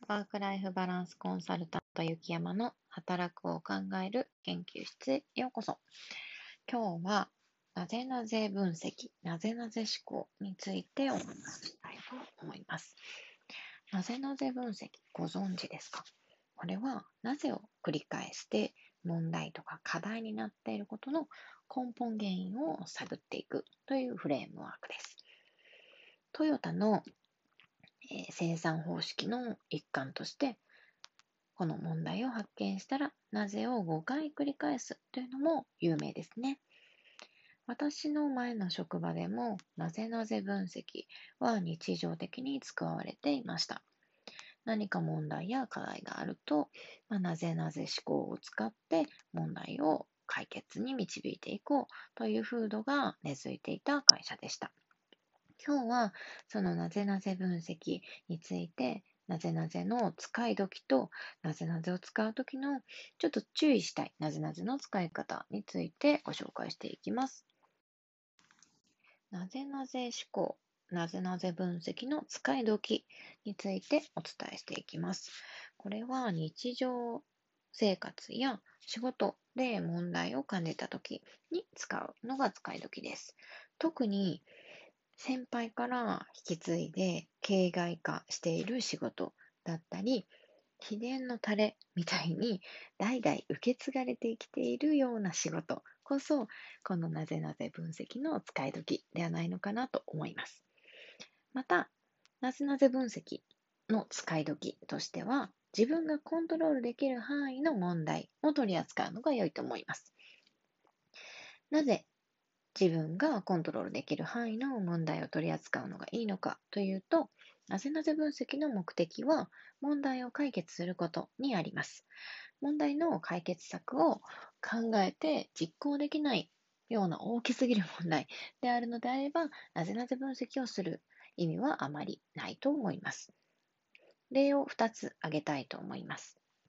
ワークライフバランスコンサルタント雪山の働くを考える研究室へようこそ。今日はなぜなぜ分析、なぜなぜ思考についてお話ししたいと思います。なぜなぜ分析、ご存知ですか？これはなぜを繰り返して問題とか課題になっていることの根本原因を探っていくというフレームワークです。トヨタの生産方式の一環として、この問題を発見したら、なぜを5回繰り返すというのも有名ですね。私の前の職場でも、なぜなぜ分析は日常的に使われていました。何か問題や課題があると、なぜなぜ思考を使って問題を解決に導いていこうという風土が根付いていた会社でした。今日はそのなぜなぜ分析について、なぜなぜの使い時と、なぜなぜを使う時のちょっと注意したいなぜなぜの使い方についてご紹介していきます。なぜなぜ思考、なぜなぜ分析の使い時についてお伝えしていきます。これは日常生活や仕事で問題を感じた時に使うのが使い時です。特に先輩から引き継いで形骸化している仕事だったり、秘伝のタレみたいに代々受け継がれてきているような仕事こそ、このなぜなぜ分析の使い時ではないのかなと思います。また、なぜなぜ分析の使い時としては、自分がコントロールできる範囲の問題を取り扱うのが良いと思います。なぜ自分がコントロールできる範囲の問題を取り扱うのがいいのかというと、なぜなぜ分析の目的は問題を解決することにあります。問題の解決策を考えて実行できないような大きすぎる問題であるのであれば、なぜなぜ分析をする意味はあまりないと思います。例を2つ挙げたいと思います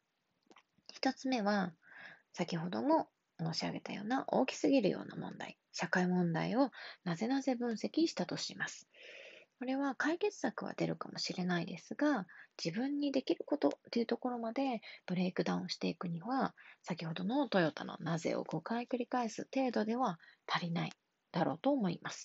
。1つ目は、先ほども申し上げたような大きすぎるような問題、社会問題をなぜなぜ分析したとします。これは解決策は出るかもしれないですが、自分にできることというところまでブレイクダウンしていくには、先ほどのトヨタのなぜを5回繰り返す程度では足りないだろうと思います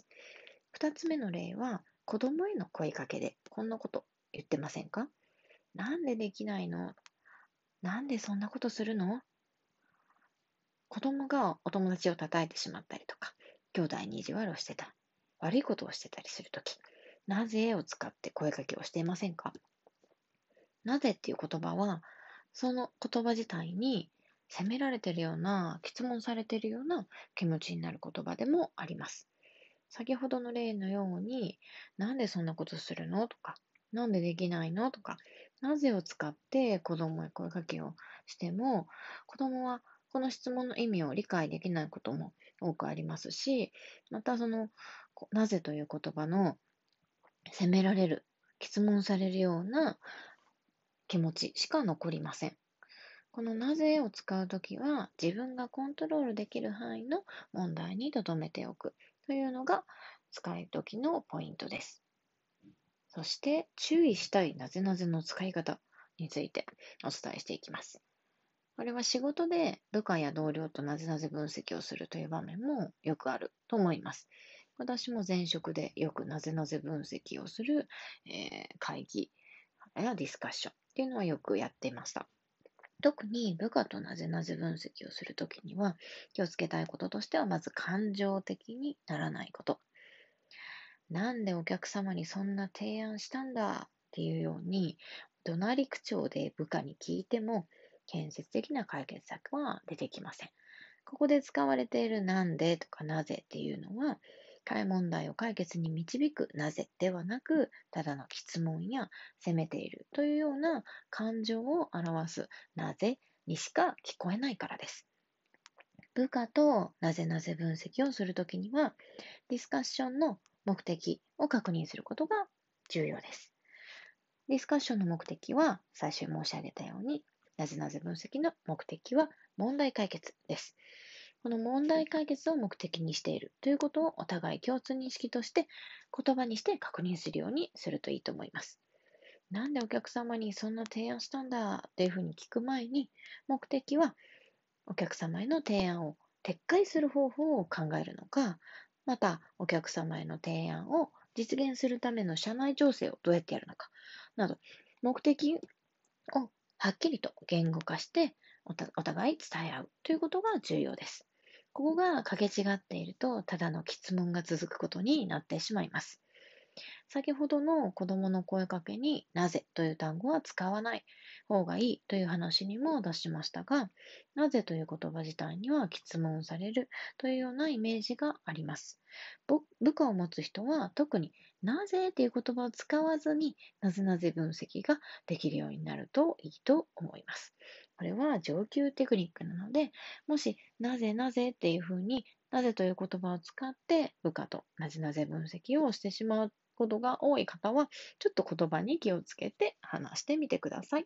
。2つ目の例は、子供への声かけでこんなこと言ってませんか？なんでできないの？なんでそんなことするの？子供がお友達を叩いてしまったりとか、兄弟に意地悪をしてた、悪いことをしてたりするとき、なぜを使って声かけをしていませんか？なぜっていう言葉は、その言葉自体に責められているような、質問されているような気持ちになる言葉でもあります。先ほどの例のように、なんでそんなことするのとか、なんでできないのとか、なぜを使って子供へ声かけをしても、子供はこの質問の意味を理解できないことも多くありますし、またなぜという言葉の責められる、質問されるような気持ちしか残りません。このなぜを使うときは、自分がコントロールできる範囲の問題に留めておくというのが使い時のポイントです。そして注意したいなぜなぜの使い方についてお伝えしていきます。これは仕事で部下や同僚となぜなぜ分析をするという場面もよくあると思います。私も前職でよくなぜなぜ分析をする、会議やディスカッションっていうのはよくやっていました。特に部下となぜなぜ分析をするときには気をつけたいこととしては、まず感情的にならないこと。なんでお客様にそんな提案したんだっていうように、怒鳴り口調で部下に聞いても、建設的な解決策は出てきません。ここで使われているなんでとかなぜっていうのは、問題を解決に導くなぜではなく、ただの質問や責めているというような感情を表すなぜにしか聞こえないからです。部下となぜなぜ分析をするときには、ディスカッションの目的を確認することが重要です。ディスカッションの目的は、最初に申し上げたように、なぜなぜ分析の目的は問題解決です。この問題解決を目的にしているということをお互い共通認識として言葉にして確認するようにするといいと思います。 なんでお客様にそんな提案したんだっていうふうに聞く前に、目的はお客様への提案を撤回する方法を考えるのか、またお客様への提案を実現するための社内調整をどうやってやるのかなど、目的をはっきりと言語化してお互い伝え合うということが重要です。ここが掛け違っていると、ただの質問が続くことになってしまいます。先ほどの子供の声かけになぜという単語は使わない方がいいという話にも出しましたが、なぜという言葉自体には質問されるというようなイメージがあります。部下を持つ人は特になぜという言葉を使わずになぜなぜ分析ができるようになるといいと思います。これは上級テクニックなので、もしなぜなぜっていうふうになぜという言葉を使って部下となぜなぜ分析をしてしまうことが多い方は、ちょっと言葉に気をつけて話してみてください。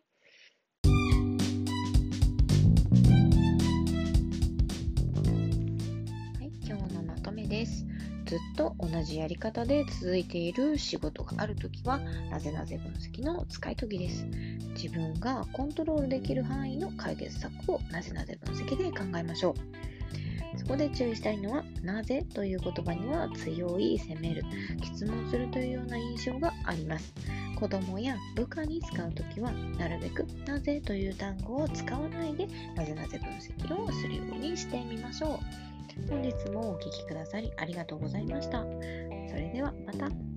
はい、今日のまとめです。ずっと同じやり方で続いている仕事があるときは、なぜなぜ分析の使い時です。自分がコントロールできる範囲の解決策をなぜなぜ分析で考えましょう。そこで注意したいのは、なぜという言葉には強い、責める、質問するというような印象があります。子供や部下に使うときは、なるべくなぜという単語を使わないで、なぜなぜ分析をするようにしてみましょう。本日もお聞きくださりありがとうございました。それではまた。